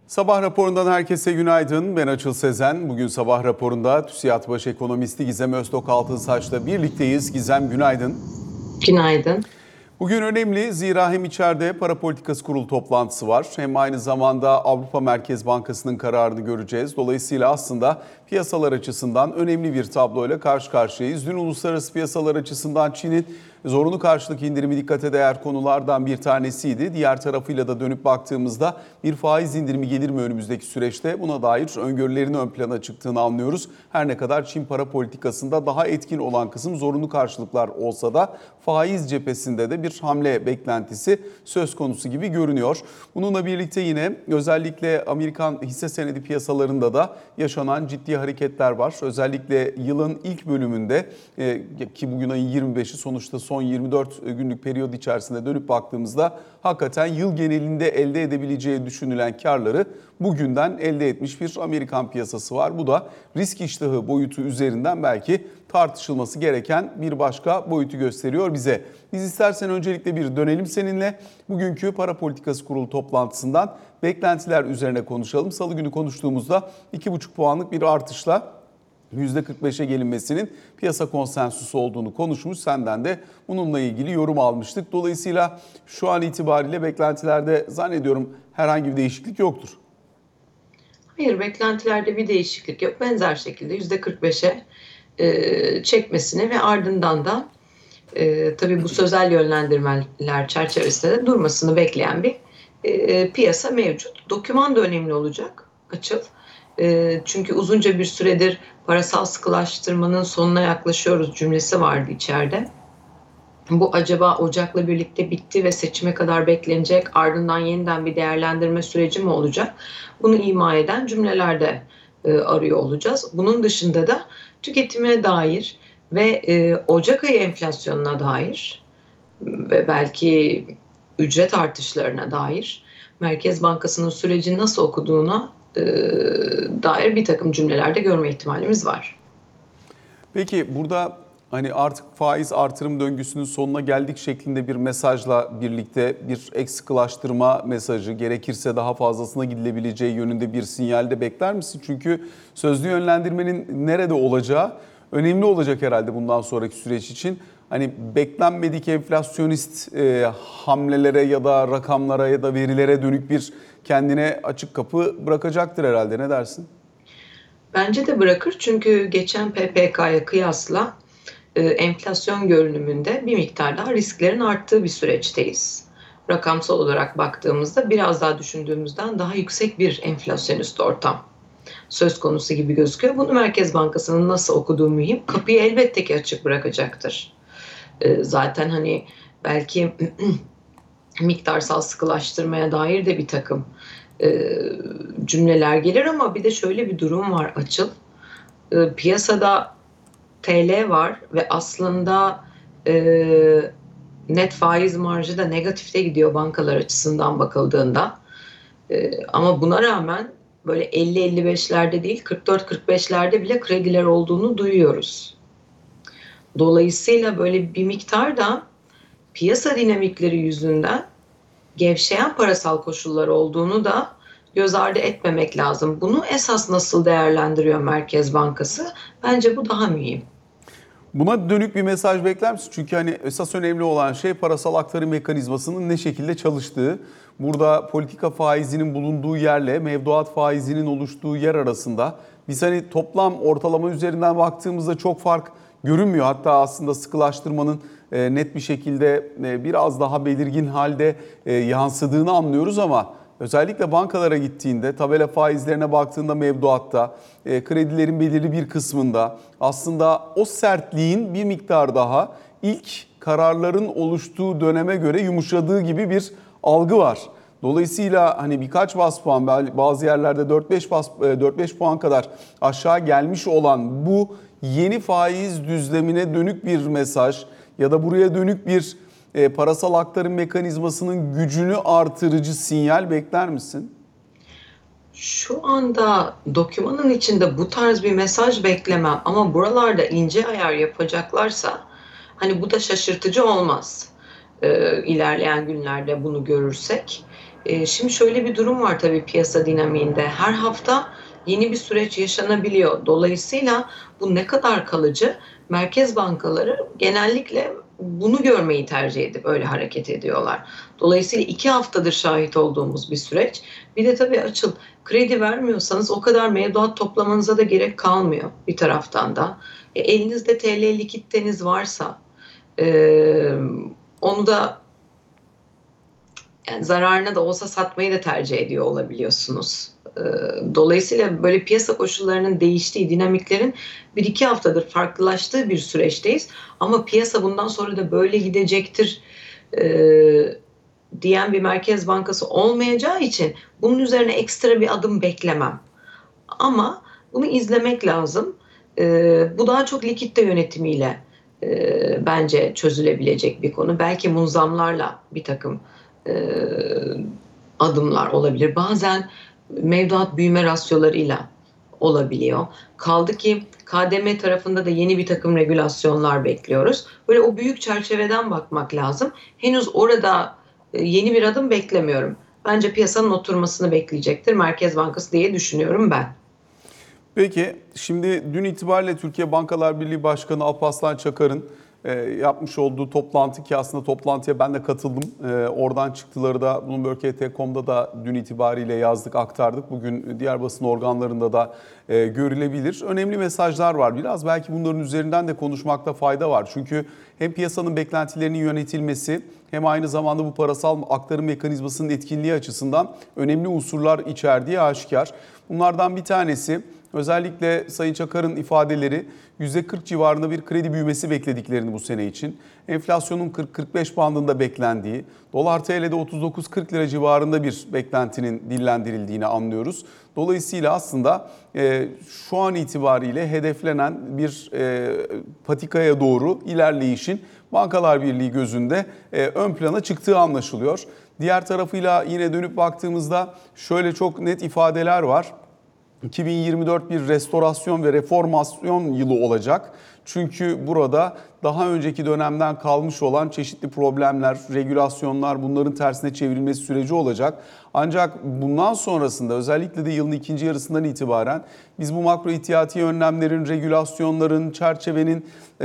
Sabah raporundan herkese günaydın. Ben Açıl Sezen. Bugün sabah raporunda TÜSİAD Baş Ekonomisti Gizem Öztok Altınsaç'la birlikteyiz. Gizem günaydın. Günaydın. Bugün önemli zira hem içeride para politikası kurulu toplantısı var hem aynı zamanda Avrupa Merkez Bankası'nın kararını göreceğiz. Dolayısıyla aslında piyasalar açısından önemli bir tabloyla karşı karşıyayız. Dün uluslararası piyasalar açısından Çin'in zorunlu karşılık indirimi dikkate değer konulardan bir tanesiydi. Diğer tarafıyla da dönüp baktığımızda bir faiz indirimi gelir mi önümüzdeki süreçte, buna dair öngörülerin ön plana çıktığını anlıyoruz. Her ne kadar Çin para politikasında daha etkin olan kısım zorunlu karşılıklar olsa da faiz cephesinde de bir hamle beklentisi söz konusu gibi görünüyor. Bununla birlikte yine özellikle Amerikan hisse senedi piyasalarında da yaşanan ciddi hareketler var. Özellikle yılın ilk bölümünde ki bugün ayın 25'i, sonuçta son 24 günlük periyot içerisinde dönüp baktığımızda hakikaten yıl genelinde elde edebileceği düşünülen karları bugünden elde etmiş bir Amerikan piyasası var. Bu da risk iştahı boyutu üzerinden belki tartışılması gereken bir başka boyutu gösteriyor bize. Biz istersen öncelikle bir dönelim seninle. Bugünkü para politikası kurulu toplantısından beklentiler üzerine konuşalım. Salı günü konuştuğumuzda 2,5 puanlık bir artışla %45'e gelinmesinin piyasa konsensüsü olduğunu konuşmuş. Senden de bununla ilgili yorum almıştık. Dolayısıyla şu an itibariyle beklentilerde zannediyorum herhangi bir değişiklik yoktur. Hayır, beklentilerde bir değişiklik yok. Benzer şekilde %45'e çekmesini ve ardından da tabii bu sözel yönlendirmeler çerçevesinde de durmasını bekleyen bir piyasa mevcut. Doküman da önemli olacak, Açıl. Çünkü uzunca bir süredir parasal sıkılaştırmanın sonuna yaklaşıyoruz cümlesi vardı içeride. Bu acaba Ocak'la birlikte bitti ve seçime kadar beklenecek, ardından yeniden bir değerlendirme süreci mi olacak? Bunu ima eden cümlelerde arıyor olacağız. Bunun dışında da tüketime dair ve Ocak ayı enflasyonuna dair ve belki ücret artışlarına dair Merkez Bankası'nın süreci nasıl okuduğuna dair bir takım cümlelerde görme ihtimalimiz var. Peki burada hani artık faiz artırım döngüsünün sonuna geldik şeklinde bir mesajla birlikte bir ek sıkılaştırma mesajı, gerekirse daha fazlasına gidilebileceği yönünde bir sinyal de bekler misin? Çünkü sözlü yönlendirmenin nerede olacağı önemli olacak herhalde bundan sonraki süreç için. Hani beklenmedik enflasyonist hamlelere ya da rakamlara ya da verilere dönük bir kendine açık kapı bırakacaktır herhalde. Ne dersin? Bence de bırakır, çünkü geçen PPK'ya kıyasla enflasyon görünümünde bir miktar daha risklerin arttığı bir süreçteyiz. Rakamsal olarak baktığımızda biraz daha düşündüğümüzden daha yüksek bir enflasyonist ortam söz konusu gibi gözüküyor. Bunu Merkez Bankası'nın nasıl okuduğu mühim. Kapıyı elbette ki açık bırakacaktır. Zaten hani belki miktarsal sıkılaştırmaya dair de bir takım cümleler gelir, ama bir de şöyle bir durum var, Açıl. Piyasada TL var ve aslında net faiz marjı da negatifte gidiyor bankalar açısından bakıldığında. Ama buna rağmen böyle 50-55'lerde değil, 44-45'lerde bile krediler olduğunu duyuyoruz. Dolayısıyla böyle bir miktar da piyasa dinamikleri yüzünden gevşeyen parasal koşullar olduğunu da göz ardı etmemek lazım. Bunu esas nasıl değerlendiriyor Merkez Bankası? Bence bu daha mühim. Buna dönük bir mesaj bekler misin? Çünkü hani esas önemli olan şey parasal aktarım mekanizmasının ne şekilde çalıştığı. Burada politika faizinin bulunduğu yerle mevduat faizinin oluştuğu yer arasında biz hani toplam ortalama üzerinden baktığımızda çok fark görünmüyor. Hatta aslında sıkılaştırmanın net bir şekilde biraz daha belirgin halde yansıdığını anlıyoruz, ama özellikle bankalara gittiğinde, tabela faizlerine baktığında mevduatta, kredilerin belirli bir kısmında aslında o sertliğin bir miktar daha ilk kararların oluştuğu döneme göre yumuşadığı gibi bir algı var. Dolayısıyla hani birkaç bas puan, bazı yerlerde 4-5 puan kadar aşağı gelmiş olan bu yeni faiz düzlemine dönük bir mesaj ya da buraya dönük bir parasal aktarım mekanizmasının gücünü artırıcı sinyal bekler misin? Şu anda dokümanın içinde bu tarz bir mesaj beklemem, ama buralarda ince ayar yapacaklarsa hani bu da şaşırtıcı olmaz. İlerleyen günlerde bunu görürsek. Şimdi şöyle bir durum var tabii piyasa dinamiğinde. Her hafta yeni bir süreç yaşanabiliyor. Dolayısıyla bu ne kadar kalıcı? Merkez bankaları genellikle bunu görmeyi tercih edip öyle hareket ediyorlar. Dolayısıyla 2 haftadır şahit olduğumuz bir süreç. Bir de tabii Açıl, kredi vermiyorsanız o kadar mevduat toplamanıza da gerek kalmıyor bir taraftan da. Elinizde TL likiditeniz varsa onu da yani zararına da olsa satmayı da tercih ediyor olabiliyorsunuz. Dolayısıyla böyle piyasa koşullarının değiştiği, dinamiklerin 1-2 haftadır farklılaştığı bir süreçteyiz. Ama piyasa bundan sonra da böyle gidecektir diyen bir merkez bankası olmayacağı için bunun üzerine ekstra bir adım beklemem. Ama bunu izlemek lazım. Bu daha çok likitte yönetimiyle bence çözülebilecek bir konu. Belki munzamlarla bir takım adımlar olabilir. Bazen mevduat büyüme rasyolarıyla olabiliyor. Kaldı ki KDM tarafında da yeni bir takım regülasyonlar bekliyoruz. Böyle o büyük çerçeveden bakmak lazım. Henüz orada yeni bir adım beklemiyorum. Bence piyasanın oturmasını bekleyecektir Merkez Bankası diye düşünüyorum ben. Peki şimdi dün itibariyle Türkiye Bankalar Birliği Başkanı Alparslan Çakar'ın yapmış olduğu toplantı ki aslında toplantıya ben de katıldım. Oradan çıktıları da Bloomberg.com'da da dün itibariyle yazdık, aktardık. Bugün diğer basın organlarında da görülebilir. Önemli mesajlar var. Biraz belki bunların üzerinden de konuşmakta fayda var. Çünkü hem piyasanın beklentilerinin yönetilmesi hem aynı zamanda bu parasal aktarım mekanizmasının etkinliği açısından önemli unsurlar içerdiği aşikar. Bunlardan bir tanesi özellikle Sayın Çakar'ın ifadeleri %40 civarında bir kredi büyümesi beklediklerini bu sene için, enflasyonun 40-45 bandında beklendiği, dolar TL'de 39-40 lira civarında bir beklentinin dillendirildiğini anlıyoruz. Dolayısıyla aslında şu an itibariyle hedeflenen bir patikaya doğru ilerleyişin Bankalar Birliği gözünde ön plana çıktığı anlaşılıyor. Diğer tarafıyla yine dönüp baktığımızda şöyle çok net ifadeler var. 2024 bir restorasyon ve reformasyon yılı olacak. Çünkü burada daha önceki dönemden kalmış olan çeşitli problemler, regülasyonlar, bunların tersine çevrilmesi süreci olacak. Ancak bundan sonrasında özellikle de yılın ikinci yarısından itibaren biz bu makro ihtiyati önlemlerin, regülasyonların, çerçevenin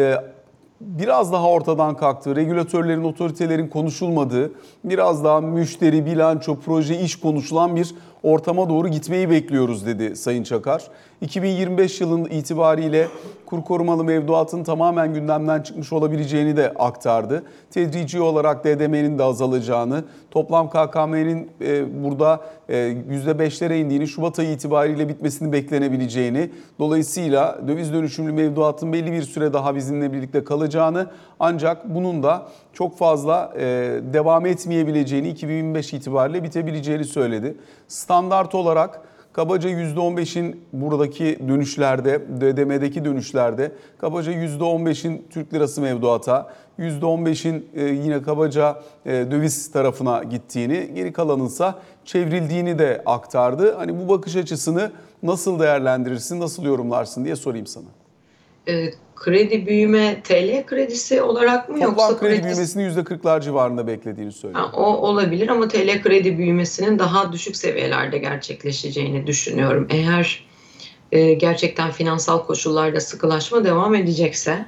biraz daha ortadan kalktığı, regülatörlerin, otoritelerin konuşulmadığı, biraz daha müşteri, bilanço, proje, iş konuşulan bir ortama doğru gitmeyi bekliyoruz dedi Sayın Çakar. 2025 yılının itibariyle kur korumalı mevduatın tamamen gündemden çıkmış olabileceğini de aktardı. Tedrici olarak DDM'nin de azalacağını, toplam KKM'nin burada %5'lere indiğini, Şubat ayı itibariyle bitmesini beklenebileceğini, dolayısıyla döviz dönüşümlü mevduatın belli bir süre daha bizimle birlikte kalacağını, ancak bunun da çok fazla devam etmeyebileceğini, 2025 itibariyle bitebileceğini söyledi. Standart olarak kabaca %15'in buradaki dönüşlerde, DDM'deki dönüşlerde kabaca %15'in Türk lirası mevduata, %15'in yine kabaca döviz tarafına gittiğini, geri kalanınsa çevrildiğini de aktardı. Hani bu bakış açısını nasıl değerlendirirsin, nasıl yorumlarsın diye sorayım sana. Kredi büyüme TL kredisi olarak mı yoksa Toplam kredi büyümesini %40'lar civarında beklediğini söylüyor. O olabilir ama TL kredi büyümesinin daha düşük seviyelerde gerçekleşeceğini düşünüyorum. Eğer gerçekten finansal koşullarda sıkılaşma devam edecekse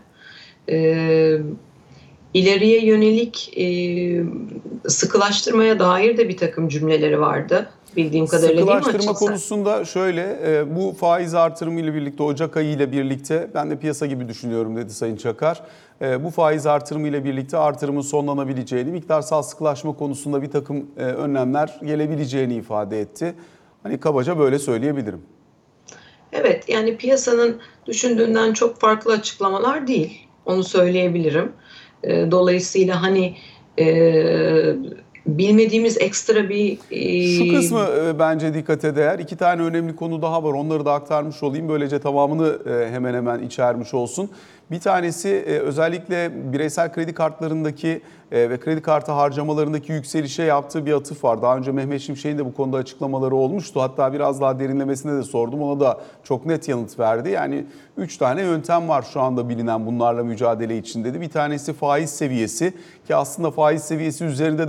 ileriye yönelik sıkılaştırmaya dair de bir takım cümleleri vardı. Bildiğim kadarıyla değil mi? Sıkılaştırma konusunda şöyle, bu faiz artırımı ile birlikte, Ocak ayı ile birlikte, ben de piyasa gibi düşünüyorum dedi Sayın Çakar. Bu faiz artırımı ile birlikte artırımın sonlanabileceğini, miktarsal sıkılaşma konusunda bir takım önlemler gelebileceğini ifade etti. Hani kabaca böyle söyleyebilirim. Evet, yani piyasanın düşündüğünden çok farklı açıklamalar değil. Onu söyleyebilirim. Dolayısıyla hani bilmediğimiz ekstra bir... Şu kısmı bence dikkate değer. 2 tane önemli konu daha var. Onları da aktarmış olayım. Böylece tamamını hemen hemen içermiş olsun. Bir tanesi özellikle bireysel kredi kartlarındaki ve kredi kartı harcamalarındaki yükselişe yaptığı bir atıf var. Daha önce Mehmet Şimşek'in de bu konuda açıklamaları olmuştu. Hatta biraz daha derinlemesine de sordum. Ona da çok net yanıt verdi. Yani 3 tane yöntem var şu anda bilinen bunlarla mücadele için dedi. Bir tanesi faiz seviyesi ki aslında faiz seviyesi üzerinde de konuşulabilir.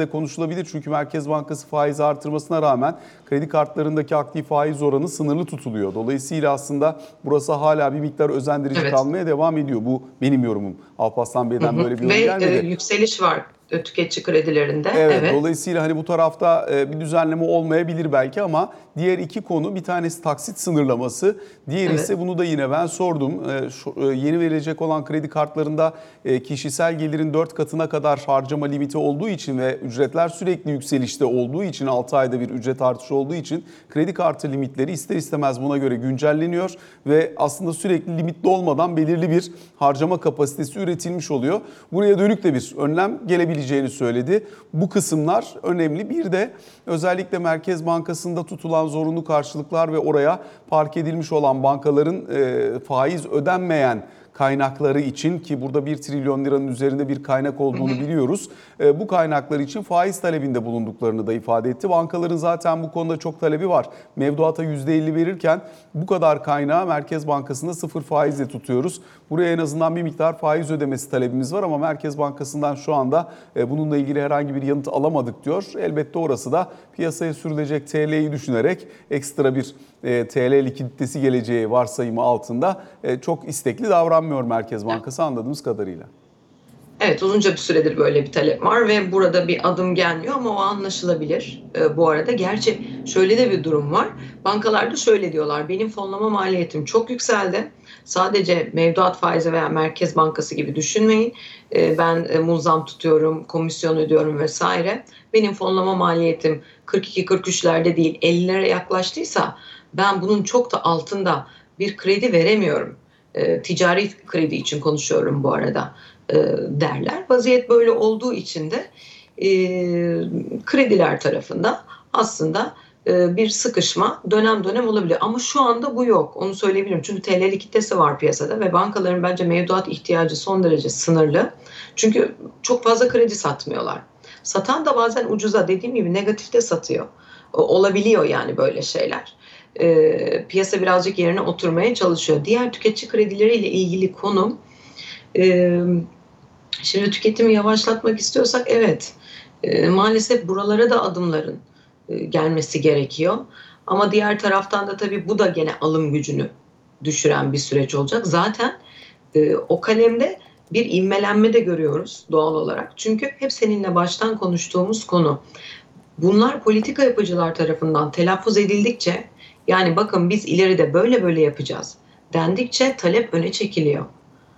konuşulabilir. Çünkü Merkez Bankası faiz artırmasına rağmen kredi kartlarındaki aktif faiz oranı sınırlı tutuluyor. Dolayısıyla aslında burası hala bir miktar özendirici Evet. kalmaya devam ediyor. Bu benim yorumum. Alparslan Hı Bey'den hı. böyle bir yorum Ve gelmedi. yükseliş var tüketici kredilerinde. Evet, Evet. dolayısıyla hani bu tarafta bir düzenleme olmayabilir belki ama diğer iki konu, bir tanesi taksit sınırlaması, diğeri Evet. ise bunu da yine ben sordum. Yeni verilecek olan kredi kartlarında kişisel gelirin 4 katına kadar harcama limiti olduğu için ve ücretler sürekli yükselişte olduğu için, 6 ayda bir ücret artışı olduğu için kredi kartı limitleri ister istemez buna göre güncelleniyor ve aslında sürekli limitli olmadan belirli bir harcama kapasitesi üretilmiş oluyor. Buraya dönük de bir önlem gelebileceğini söyledi. Bu kısımlar önemli. Bir de özellikle Merkez Bankası'nda tutulan zorunlu karşılıklar ve oraya park edilmiş olan bankaların faiz ödenmeyen kaynakları için, ki burada 1 trilyon liranın üzerinde bir kaynak olduğunu biliyoruz. Bu kaynaklar için faiz talebinde bulunduklarını da ifade etti. Bankaların zaten bu konuda çok talebi var. Mevduata %50 verirken bu kadar kaynağı Merkez Bankası'nda sıfır faizle tutuyoruz. Buraya en azından bir miktar faiz ödemesi talebimiz var ama Merkez Bankası'ndan şu anda bununla ilgili herhangi bir yanıt alamadık diyor. Elbette orası da piyasaya sürülecek TL'yi düşünerek ekstra bir TL likiditesi geleceği varsayımı altında çok istekli davranmıyor Merkez Bankası anladığımız kadarıyla. Evet, uzunca bir süredir böyle bir talep var ve burada bir adım gelmiyor ama o anlaşılabilir bu arada. Gerçi şöyle de bir durum var. Bankalarda şöyle diyorlar: benim fonlama maliyetim çok yükseldi. Sadece mevduat faizi veya Merkez Bankası gibi düşünmeyin. Ben muzam tutuyorum, komisyon ödüyorum vesaire. Benim fonlama maliyetim 42-43'lerde değil 50'lere yaklaştıysa ben bunun çok da altında bir kredi veremiyorum. Ticari kredi için konuşuyorum bu arada derler. Vaziyet böyle olduğu için de krediler tarafında aslında bir sıkışma dönem dönem olabilir. Ama şu anda bu yok. Onu söyleyebilirim. Çünkü TL likiditesi var piyasada ve bankaların bence mevduat ihtiyacı son derece sınırlı. Çünkü çok fazla kredi satmıyorlar. Satan da bazen ucuza, dediğim gibi negatifte satıyor. Olabiliyor yani böyle şeyler. Piyasa birazcık yerine oturmaya çalışıyor. Diğer tüketici kredileriyle ilgili konum, şimdi tüketimi yavaşlatmak istiyorsak evet, maalesef buralara da adımların gelmesi gerekiyor. Ama diğer taraftan da tabii bu da gene alım gücünü düşüren bir süreç olacak. Zaten o kalemde bir ivmelenme de görüyoruz doğal olarak. Çünkü hep seninle baştan konuştuğumuz konu. Bunlar politika yapıcılar tarafından telaffuz edildikçe, yani bakın biz ileride böyle böyle yapacağız dendikçe talep öne çekiliyor.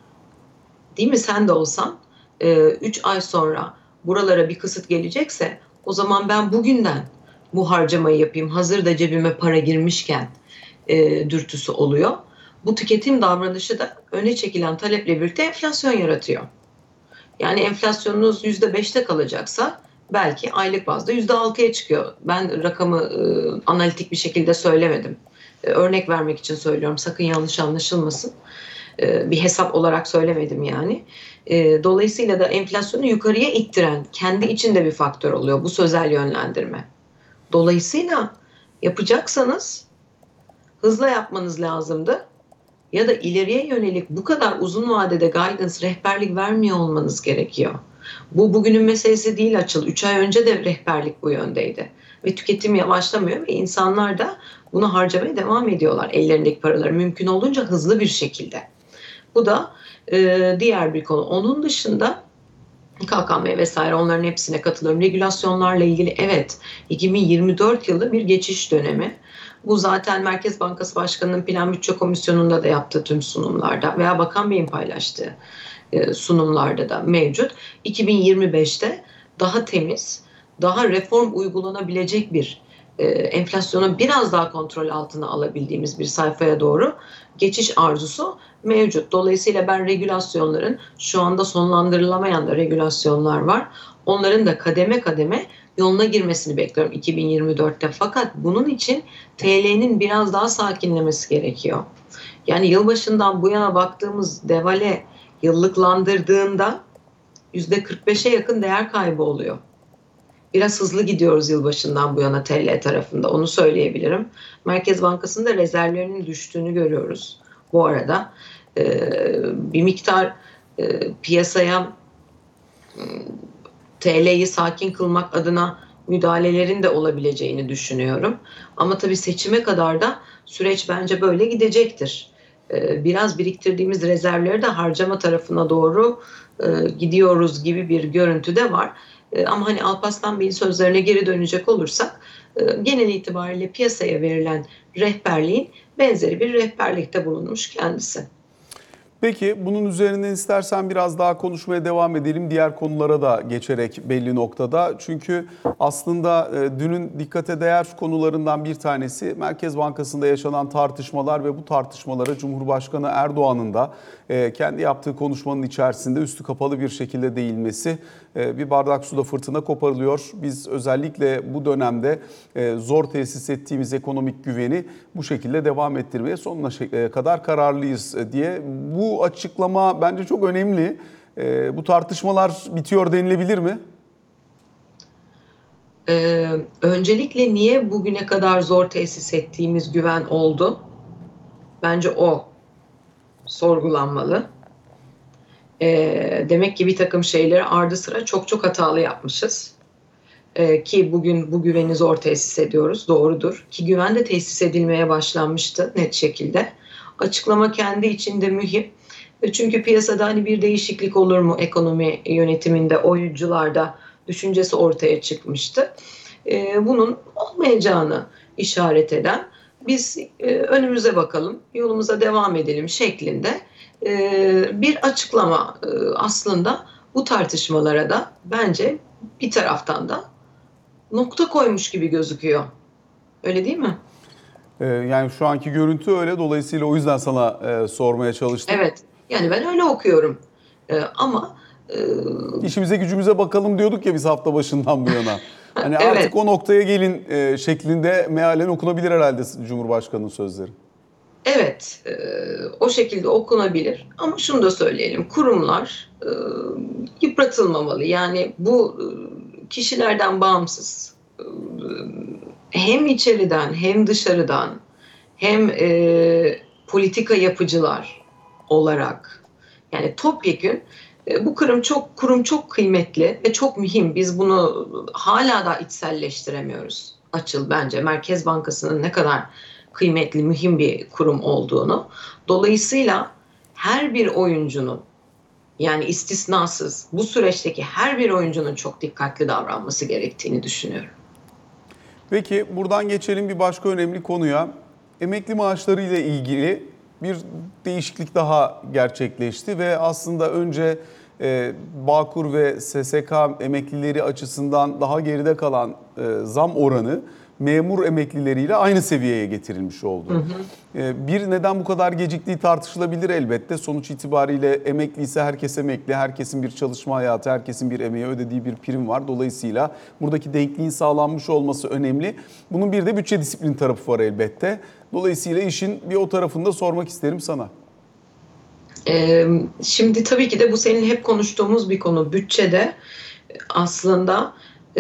Değil mi? Sen de olsan 3 ay sonra buralara bir kısıt gelecekse o zaman ben bugünden bu harcamayı yapayım, hazır da cebime para girmişken dürtüsü oluyor. Bu tüketim davranışı da öne çekilen taleple birlikte enflasyon yaratıyor. Yani enflasyonunuz %5'te kalacaksa belki aylık bazda %6'ya çıkıyor. Ben rakamı analitik bir şekilde söylemedim. Örnek vermek için söylüyorum, sakın yanlış anlaşılmasın. Bir hesap olarak söylemedim yani. Dolayısıyla da enflasyonu yukarıya ittiren kendi içinde bir faktör oluyor bu sözel yönlendirme. Dolayısıyla yapacaksanız hızla yapmanız lazımdı ya da ileriye yönelik bu kadar uzun vadede guidance, rehberlik vermiyor olmanız gerekiyor. Bu bugünün meselesi değil Açıl. 3 ay önce de rehberlik bu yöndeydi. Ve tüketim yavaşlamıyor ve insanlar da bunu harcamaya devam ediyorlar. Ellerindeki paraları mümkün olduğunca hızlı bir şekilde. Bu da diğer bir konu. Onun dışında KKM vesaire, onların hepsine katılıyorum. Regülasyonlarla ilgili evet, 2024 yılı bir geçiş dönemi. Bu zaten Merkez Bankası Başkanı'nın Plan Bütçe Komisyonu'nda da yaptığı tüm sunumlarda veya Bakan Bey'in paylaştığı sunumlarda da mevcut. 2025'te daha temiz, daha reform uygulanabilecek bir enflasyonu biraz daha kontrol altına alabildiğimiz bir sayfaya doğru geçiş arzusu mevcut. Dolayısıyla ben regülasyonların, şu anda sonlandırılamayan da regülasyonlar var, onların da kademe kademe yoluna girmesini bekliyorum 2024'te. Fakat bunun için TL'nin biraz daha sakinlemesi gerekiyor. Yani yılbaşından bu yana baktığımız devale yıllıklandırdığında %45'e yakın değer kaybı oluyor. Biraz hızlı gidiyoruz yılbaşından bu yana TL tarafında, onu söyleyebilirim. Merkez Bankası'nda rezervlerinin düştüğünü görüyoruz bu arada. Bir miktar piyasaya TL'yi sakin kılmak adına müdahalelerin de olabileceğini düşünüyorum. Ama tabii seçime kadar da süreç bence böyle gidecektir. Biraz biriktirdiğimiz rezervleri de harcama tarafına doğru gidiyoruz gibi bir görüntü de var. Ama hani Alparslan Bey'in sözlerine geri dönecek olursak genel itibariyle piyasaya verilen rehberliğin benzeri bir rehberlikte bulunmuş kendisi. Peki bunun üzerinden istersen biraz daha konuşmaya devam edelim. Diğer konulara da geçerek belli noktada. Çünkü aslında dünün dikkate değer konularından bir tanesi Merkez Bankası'nda yaşanan tartışmalar ve bu tartışmalara Cumhurbaşkanı Erdoğan'ın da kendi yaptığı konuşmanın içerisinde üstü kapalı bir şekilde değinmesi. Bir bardak suda fırtına koparılıyor. Biz özellikle bu dönemde zor tesis ettiğimiz ekonomik güveni bu şekilde devam ettirmeye sonuna kadar kararlıyız diye. Bu açıklama bence çok önemli. Bu tartışmalar bitiyor denilebilir mi? Öncelikle niye bugüne kadar zor tesis ettiğimiz güven oldu? Bence o sorgulanmalı. Demek ki bir takım şeyleri ardı sıra çok hatalı yapmışız. Ki bugün bu güveni zor tesis ediyoruz. Doğrudur. Ki güven de tesis edilmeye başlanmıştı net şekilde. Açıklama kendi içinde mühim. Çünkü piyasada hani bir değişiklik olur mu ekonomi yönetiminde, oyuncularda düşüncesi ortaya çıkmıştı. Bunun olmayacağını işaret eden, biz önümüze bakalım, yolumuza devam edelim şeklinde bir açıklama aslında bu tartışmalara da bence bir taraftan da nokta koymuş gibi gözüküyor. Öyle değil mi? Yani şu anki görüntü öyle. Dolayısıyla o yüzden sana sormaya çalıştım. Evet. Yani ben öyle okuyorum. Ama İşimize gücümüze bakalım diyorduk ya biz hafta başından bu yana. Hani evet. artık o noktaya gelin şeklinde mealen okunabilir herhalde Cumhurbaşkanı'nın sözleri. Evet, o şekilde okunabilir. Ama şunu da söyleyelim, kurumlar yıpratılmamalı. Yani bu kişilerden bağımsız, hem içeriden hem dışarıdan hem politika yapıcılar olarak, yani topyekün bu kurum çok kıymetli ve çok mühim. Biz bunu hala da içselleştiremiyoruz. Açıl bence Merkez Bankası'nın ne kadar kıymetli, mühim bir kurum olduğunu. Dolayısıyla her bir oyuncunun, yani istisnasız bu süreçteki her bir oyuncunun çok dikkatli davranması gerektiğini düşünüyorum. Peki buradan geçelim bir başka önemli konuya. Emekli maaşları ile ilgili bir değişiklik daha gerçekleşti ve aslında önce Bağkur ve SSK emeklileri açısından daha geride kalan zam oranı memur emeklileriyle aynı seviyeye getirilmiş oldu. Hı hı. Bir neden bu kadar geciktiği tartışılabilir elbette. Sonuç itibariyle emekli ise herkes emekli, herkesin bir çalışma hayatı, herkesin bir emeğe ödediği bir prim var. Dolayısıyla buradaki denkliğin sağlanmış olması önemli. Bunun bir de bütçe disiplini tarafı var elbette. Dolayısıyla işin bir o tarafını da sormak isterim sana. Şimdi tabii ki de bu senin hep konuştuğumuz bir konu. Bütçede aslında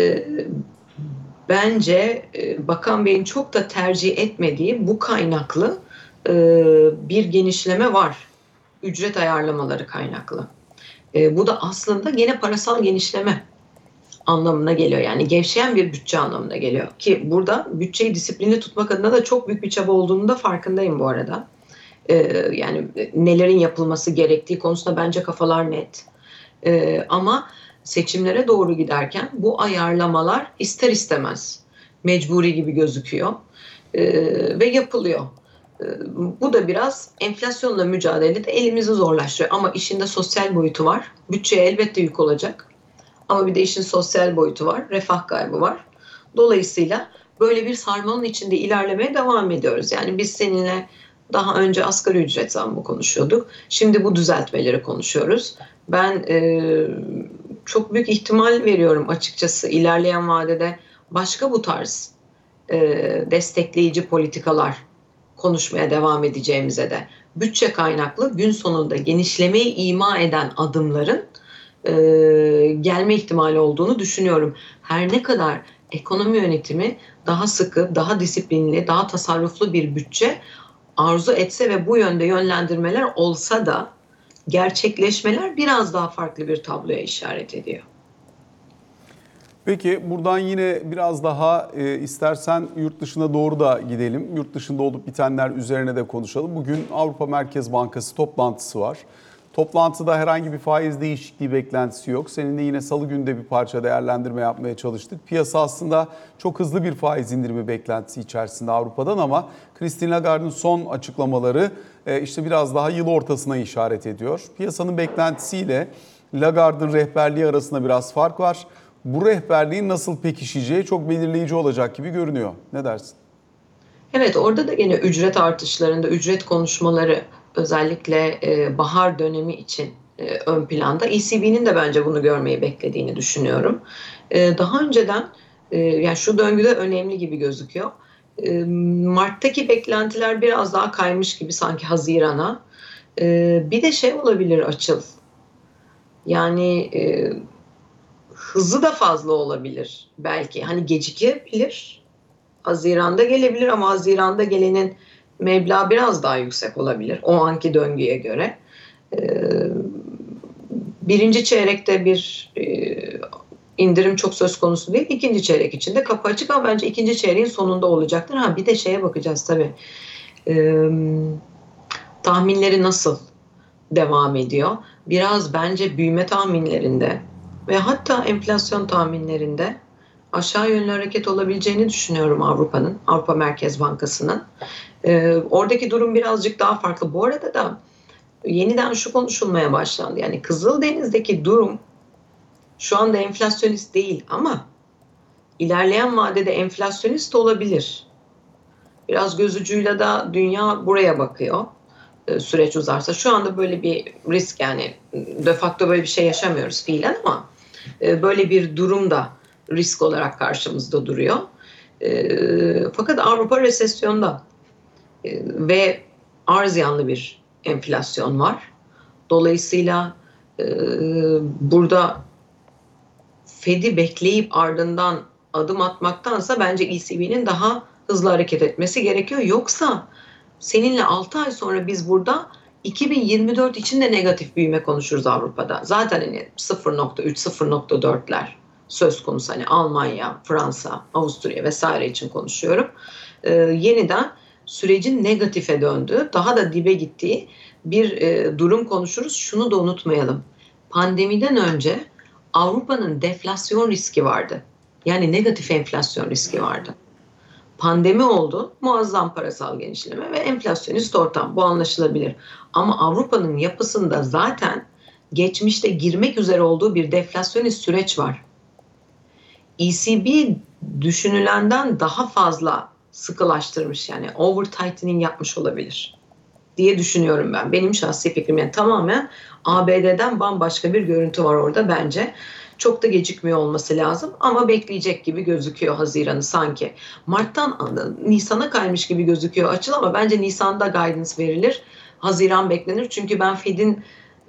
bence Bakan Bey'in çok da tercih etmediği bu kaynaklı bir genişleme var. Ücret ayarlamaları kaynaklı. Bu da aslında gene parasal genişleme anlamına geliyor. Yani gevşeyen bir bütçe anlamına geliyor. Ki burada bütçeyi disiplinli tutmak adına da çok büyük bir çaba olduğunu da farkındayım bu arada. Yani nelerin yapılması gerektiği konusunda bence kafalar net. Ama seçimlere doğru giderken bu ayarlamalar ister istemez mecburi gibi gözüküyor ve yapılıyor. Bu da biraz enflasyonla mücadelede elimizi zorlaştırıyor. Ama işin de sosyal boyutu var. Bütçeye elbette yük olacak. Ama bir de işin sosyal boyutu var. Refah kaybı var. Dolayısıyla böyle bir sarmalın içinde ilerlemeye devam ediyoruz. Yani biz seninle daha önce asgari ücret zammı konuşuyorduk. Şimdi bu düzeltmeleri konuşuyoruz. Ben çok büyük ihtimal veriyorum açıkçası ilerleyen vadede başka bu tarz destekleyici politikalar konuşmaya devam edeceğimize de bütçe kaynaklı gün sonunda genişlemeyi ima eden adımların gelme ihtimali olduğunu düşünüyorum. Her ne kadar ekonomi yönetimi daha sıkı, daha disiplinli, daha tasarruflu bir bütçe arzu etse ve bu yönde yönlendirmeler olsa da gerçekleşmeler biraz daha farklı bir tabloya işaret ediyor. Peki buradan yine biraz daha istersen yurt dışına doğru da gidelim. Yurt dışında olup bitenler üzerine de konuşalım. Bugün Avrupa Merkez Bankası toplantısı var. Toplantıda herhangi bir faiz değişikliği beklentisi yok. Seninle yine salı günde bir parça değerlendirme yapmaya çalıştık. Piyasa aslında çok hızlı bir faiz indirimi beklentisi içerisinde Avrupa'dan ama Christine Lagarde'ın son açıklamaları işte biraz daha yıl ortasına işaret ediyor. Piyasanın beklentisiyle Lagarde'ın rehberliği arasında biraz fark var. Bu rehberliğin nasıl pekişeceği çok belirleyici olacak gibi görünüyor. Ne dersin? Evet, orada da yine ücret artışlarında, ücret konuşmaları özellikle bahar dönemi için ön planda. ECB'nin de bence bunu görmeyi beklediğini düşünüyorum. Daha önceden, yani şu döngüde önemli gibi gözüküyor. Mart'taki beklentiler biraz daha kaymış gibi sanki Haziran'a. Bir de şey olabilir Açıl. Yani hızı da fazla olabilir belki. Hani gecikebilir. Haziran'da gelebilir ama Haziran'da gelenin meblağ biraz daha yüksek olabilir o anki döngüye göre. Birinci çeyrekte bir indirim çok söz konusu değil. İkinci çeyrek için de kapı açık ama bence ikinci çeyreğin sonunda olacaktır. Bir de şeye bakacağız tabii. Tahminleri nasıl devam ediyor? Biraz bence büyüme tahminlerinde ve hatta enflasyon tahminlerinde aşağı yönlü hareket olabileceğini düşünüyorum Avrupa'nın, Avrupa Merkez Bankası'nın. Oradaki durum birazcık daha farklı. Bu arada da yeniden şu konuşulmaya başlandı. Yani Kızıldeniz'deki durum şu anda enflasyonist değil ama ilerleyen vadede enflasyonist olabilir. Biraz göz ucuyla da dünya buraya bakıyor. Süreç uzarsa. Şu anda böyle bir risk, yani de facto böyle bir şey yaşamıyoruz fiilen ama böyle bir durum da risk olarak karşımızda duruyor. Fakat Avrupa resesyonda ve arz yanlı bir enflasyon var. Dolayısıyla burada Fed'i bekleyip ardından adım atmaktansa bence ECB'nin daha hızlı hareket etmesi gerekiyor. Yoksa seninle 6 ay sonra biz burada 2024 için de negatif büyüme konuşuruz Avrupa'da. Zaten hani 0.3, 0.4'ler söz konusu, hani Almanya, Fransa, Avusturya vesaire için konuşuyorum. Yeniden sürecin negatife döndüğü, daha da dibe gittiği bir durum konuşuruz. Şunu da unutmayalım. Pandemiden önce Avrupa'nın deflasyon riski vardı. Yani negatif enflasyon riski vardı. Pandemi oldu, muazzam parasal genişleme ve enflasyonist ortam. Bu anlaşılabilir. Ama Avrupa'nın yapısında zaten geçmişte girmek üzere olduğu bir deflasyonist süreç var. ECB düşünülenden daha fazla sıkılaştırmış, yani over tightening yapmış olabilir diye düşünüyorum ben. Benim şahsi fikrim, yani tamamen ABD'den bambaşka bir görüntü var orada bence. Çok da gecikmiyor olması lazım ama bekleyecek gibi gözüküyor Haziran'ı sanki. Mart'tan Nisan'a kaymış gibi gözüküyor Açıl ama bence Nisan'da guidance verilir. Haziran beklenir çünkü ben Fed'in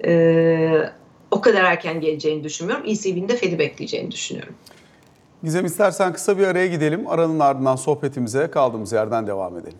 o kadar erken geleceğini düşünmüyorum. ECB'nin de Fed'i bekleyeceğini düşünüyorum. Gizem, istersen kısa bir araya gidelim. Aranın ardından sohbetimize kaldığımız yerden devam edelim.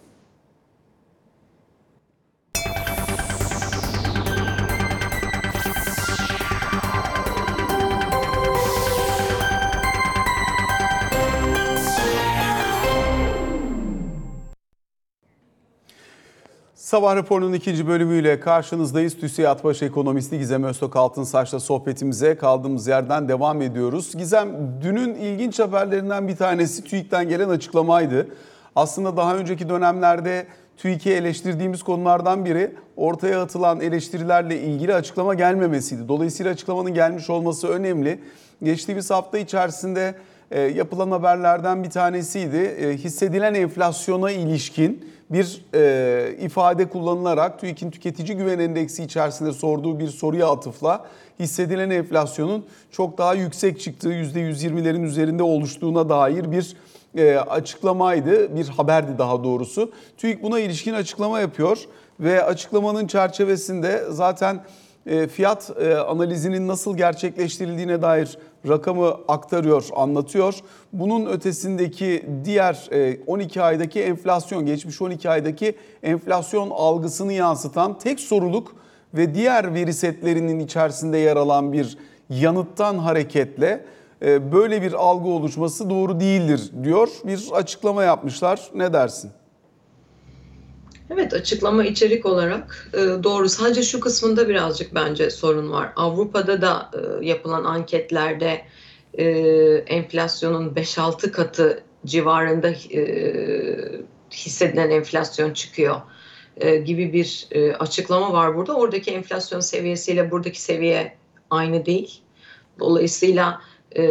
Sabah raporunun ikinci bölümüyle karşınızdayız. TÜSİAD Baş Ekonomisti Gizem Öztok Altınsaç'la sohbetimize kaldığımız yerden devam ediyoruz. Gizem, dünün ilginç haberlerinden bir tanesi TÜİK'ten gelen açıklamaydı. Aslında daha önceki dönemlerde TÜİK'i eleştirdiğimiz konulardan biri ortaya atılan eleştirilerle ilgili açıklama gelmemesiydi. Dolayısıyla açıklamanın gelmiş olması önemli. Geçtiğimiz hafta içerisinde yapılan haberlerden bir tanesiydi. Hissedilen enflasyona ilişkin bir ifade kullanılarak TÜİK'in tüketici güven endeksi içerisinde sorduğu bir soruya atıfla hissedilen enflasyonun çok daha yüksek çıktığı, %120'lerin üzerinde oluştuğuna dair bir açıklamaydı, bir haberdi daha doğrusu. TÜİK buna ilişkin açıklama yapıyor ve açıklamanın çerçevesinde zaten fiyat analizinin nasıl gerçekleştirildiğine dair rakamı aktarıyor, anlatıyor. Bunun ötesindeki diğer 12 aydaki enflasyon, geçmiş 12 aydaki enflasyon algısını yansıtan tek soruluk ve diğer veri setlerinin içerisinde yer alan bir yanıttan hareketle Böyle bir algı oluşması doğru değildir diyor. Bir açıklama yapmışlar. Ne dersin? Evet, açıklama içerik olarak doğru. Sadece şu kısmında birazcık bence sorun var. Avrupa'da da yapılan anketlerde enflasyonun 5-6 katı civarında hissedilen enflasyon çıkıyor gibi bir açıklama var burada. Oradaki enflasyon seviyesiyle buradaki seviye aynı değil. Dolayısıyla e,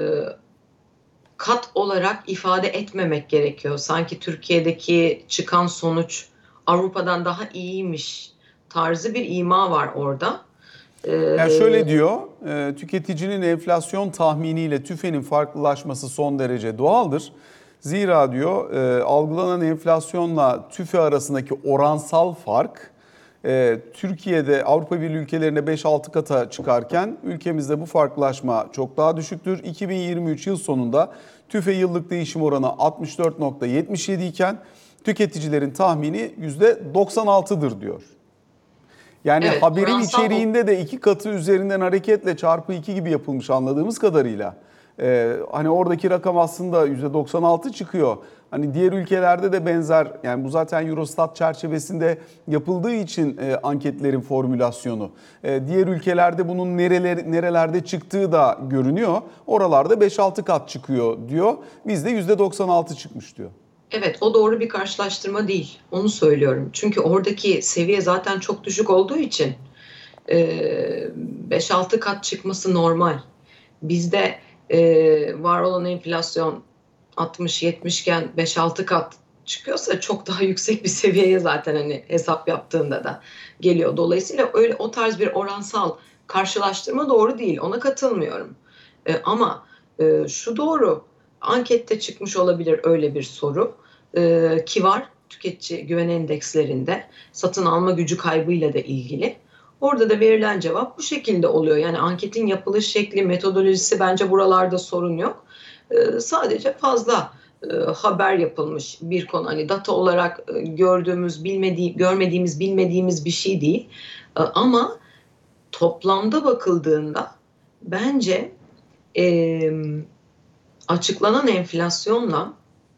kat olarak ifade etmemek gerekiyor. Sanki Türkiye'deki çıkan sonuç Avrupa'dan daha iyiymiş tarzı bir ima var orada. Yani Ee, şöyle diyor, tüketicinin enflasyon tahminiyle TÜFE'nin farklılaşması son derece doğaldır. Zira diyor, algılanan enflasyonla TÜFE arasındaki oransal fark Türkiye'de Avrupa Birliği ülkelerinde 5-6 kata çıkarken ülkemizde bu farklılaşma çok daha düşüktür. 2023 yıl sonunda TÜFE yıllık değişim oranı 64,77 iken tüketicilerin tahmini %96'dır diyor. Yani evet, haberin oransal içeriğinde de 2 katı üzerinden hareketle çarpı 2 gibi yapılmış anladığımız kadarıyla. Hani oradaki rakam aslında %96 çıkıyor. Hani diğer ülkelerde de benzer, yani bu zaten Eurostat çerçevesinde yapıldığı için anketlerin formülasyonu. Diğer ülkelerde bunun nerelerde çıktığı da görünüyor. Oralarda 5-6 kat çıkıyor diyor. Bizde %96 çıkmış diyor. evet, o doğru bir karşılaştırma değil. Onu söylüyorum. Çünkü oradaki seviye zaten çok düşük olduğu için 5-6 kat çıkması normal. Bizde var olan enflasyon 60-70 iken 5-6 kat çıkıyorsa çok daha yüksek bir seviyeye zaten hani hesap yaptığında da geliyor. Dolayısıyla öyle o tarz bir oransal karşılaştırma doğru değil. Ona katılmıyorum. Ama şu doğru. Ankette çıkmış olabilir öyle bir soru. Ki var tüketici güven endekslerinde satın alma gücü kaybıyla da ilgili. Orada da verilen cevap bu şekilde oluyor. Yani anketin yapılış şekli, metodolojisi bence buralarda sorun yok. Sadece fazla haber yapılmış bir konu. Hani data olarak gördüğümüz, görmediğimiz, bilmediğimiz bir şey değil. Ama toplamda bakıldığında bence e, açıklanan enflasyonla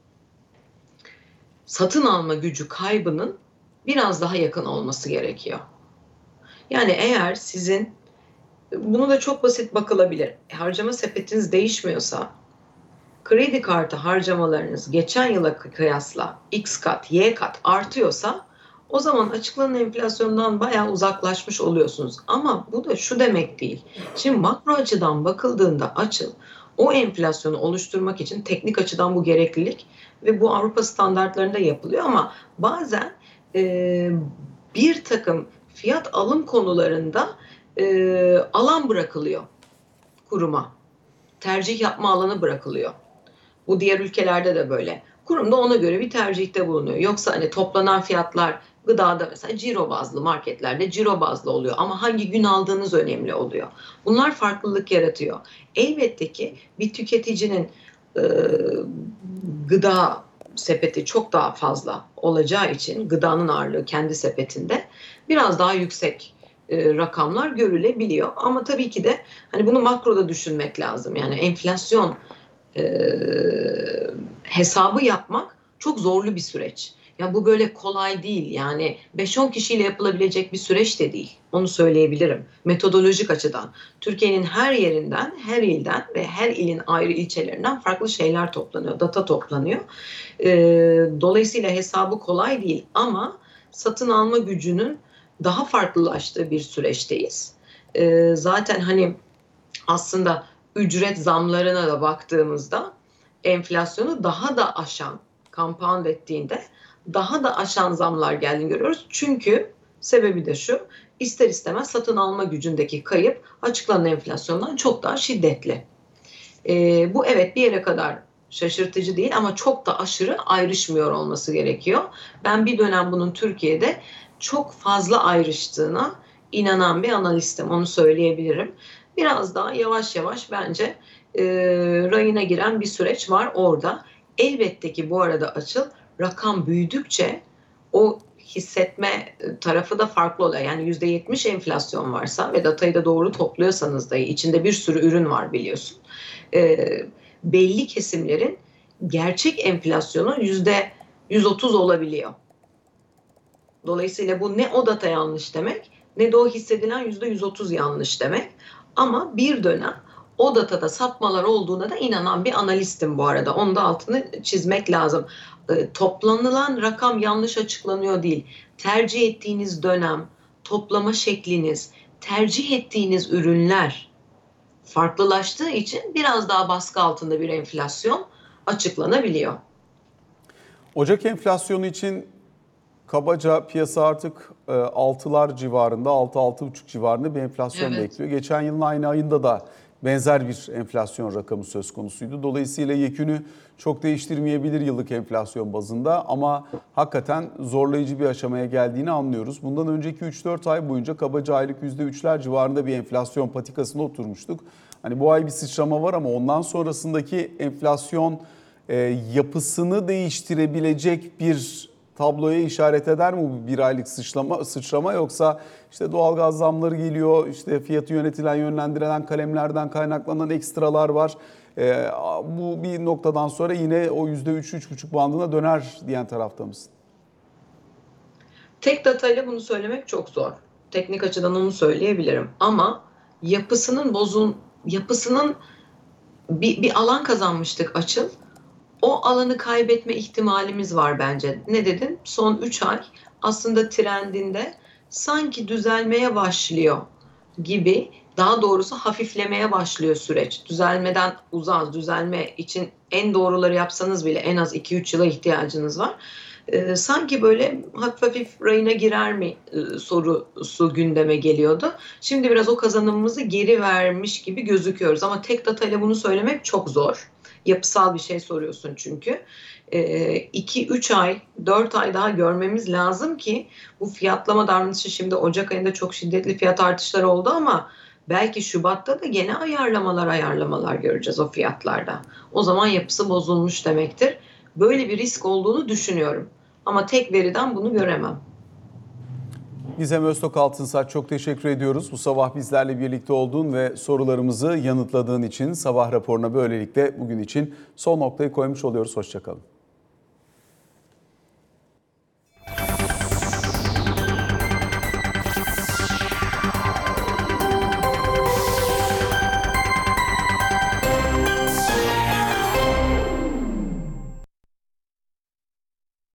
satın alma gücü kaybının biraz daha yakın olması gerekiyor. Yani eğer sizin bunu da çok basit bakılabilir. Harcama sepetiniz değişmiyorsa kredi kartı harcamalarınız geçen yıla kıyasla X kat, Y kat artıyorsa o zaman açıklanan enflasyondan bayağı uzaklaşmış oluyorsunuz. Ama bu da şu demek değil. Şimdi makro açıdan bakıldığında açıl o enflasyonu oluşturmak için teknik açıdan bu gereklilik ve bu Avrupa standartlarında yapılıyor ama bazen e, bir takım fiyat alım konularında alan bırakılıyor kuruma. Tercih yapma alanı bırakılıyor. Bu diğer ülkelerde de böyle. Kurum da ona göre bir tercihte bulunuyor. Yoksa hani toplanan fiyatlar gıdada mesela ciro bazlı marketlerde ciro bazlı oluyor ama hangi gün aldığınız önemli oluyor. Bunlar farklılık yaratıyor. Elbette ki bir tüketicinin e, gıda sepeti çok daha fazla olacağı için gıdanın ağırlığı kendi sepetinde biraz daha yüksek rakamlar görülebiliyor. Ama tabii ki de hani bunu makroda düşünmek lazım. Yani enflasyon e, hesabı yapmak çok zorlu bir süreç. Ya bu böyle kolay değil. Yani 5-10 kişiyle yapılabilecek bir süreç de değil. Onu söyleyebilirim. Metodolojik açıdan. Türkiye'nin her yerinden, her ilden ve her ilin ayrı ilçelerinden farklı şeyler toplanıyor, data toplanıyor. Dolayısıyla hesabı kolay değil ama satın alma gücünün daha farklılaştığı bir süreçteyiz. Zaten hani aslında ücret zamlarına da baktığımızda enflasyonu daha da aşan, compound ettiğinde daha da aşan zamlar geldiğini görüyoruz. Çünkü sebebi de şu, ister istemez satın alma gücündeki kayıp açıklanan enflasyondan çok daha şiddetli. Bu evet bir yere kadar şaşırtıcı değil ama çok da aşırı ayrışmıyor olması gerekiyor. Ben bir dönem bunun Türkiye'de çok fazla ayrıştığına inanan bir analistim, onu söyleyebilirim. Biraz daha yavaş yavaş bence rayına giren bir süreç var orada. Elbette ki bu arada açıl rakam büyüdükçe o hissetme tarafı da farklı oluyor. Yani %70 enflasyon varsa ve datayı da doğru topluyorsanız da içinde bir sürü ürün var biliyorsun. Belli kesimlerin gerçek enflasyonu %130 olabiliyor. Dolayısıyla bu ne o data yanlış demek ne de o hissedilen %130 yanlış demek. Ama bir dönem o datada sapmalar olduğuna da inanan bir analistim bu arada. Onun da altını çizmek lazım. Toplanılan rakam yanlış açıklanıyor değil. Tercih ettiğiniz dönem, toplama şekliniz, tercih ettiğiniz ürünler farklılaştığı için biraz daha baskı altında bir enflasyon açıklanabiliyor. Ocak enflasyonu için kabaca piyasa artık 6'lar civarında, 6-6,5 civarında bir enflasyon Evet. bekliyor. Geçen yılın aynı ayında da benzer bir enflasyon rakamı söz konusuydu. Dolayısıyla yekünü çok değiştirmeyebilir yıllık enflasyon bazında ama hakikaten zorlayıcı bir aşamaya geldiğini anlıyoruz. Bundan önceki 3-4 ay boyunca kabaca aylık %3'ler civarında bir enflasyon patikasına oturmuştuk. Hani bu ay bir sıçrama var ama ondan sonrasındaki enflasyon yapısını değiştirebilecek bir tabloya işaret eder mi bu bir aylık sıçrama yoksa işte doğalgaz zamları geliyor, işte fiyatı yönetilen, yönlendirilen kalemlerden kaynaklanan ekstralar var. Bu bir noktadan sonra yine o %3-3,5 bandına döner diyen tarafta mısın? Tek datayla bunu söylemek çok zor. Teknik açıdan onu söyleyebilirim ama yapısının bir alan kazanmıştık Açıl. O alanı kaybetme ihtimalimiz var bence. Ne dedin? Son 3 ay aslında trendinde sanki düzelmeye başlıyor gibi, daha doğrusu hafiflemeye başlıyor süreç. Düzelmeden uzağız. Düzelme için en doğruları yapsanız bile en az 2-3 yıla ihtiyacınız var. Sanki böyle hafif hafif rayına girer mi sorusu gündeme geliyordu. Şimdi biraz o kazanımımızı geri vermiş gibi gözüküyoruz ama tek datayla bunu söylemek çok zor. Yapısal bir şey soruyorsun çünkü. 2-3 ay, 4 ay daha görmemiz lazım ki bu fiyatlama davranışı, şimdi Ocak ayında çok şiddetli fiyat artışları oldu ama belki Şubat'ta da gene ayarlamalar göreceğiz o fiyatlarda. O zaman yapısı bozulmuş demektir. Böyle bir risk olduğunu düşünüyorum. Ama tek veriden bunu göremem. Gizem Öztok Altınsaç, çok teşekkür ediyoruz. Bu sabah bizlerle birlikte olduğun ve sorularımızı yanıtladığın için sabah raporuna böylelikle bugün için son noktayı koymuş oluyoruz. Hoşça kalın.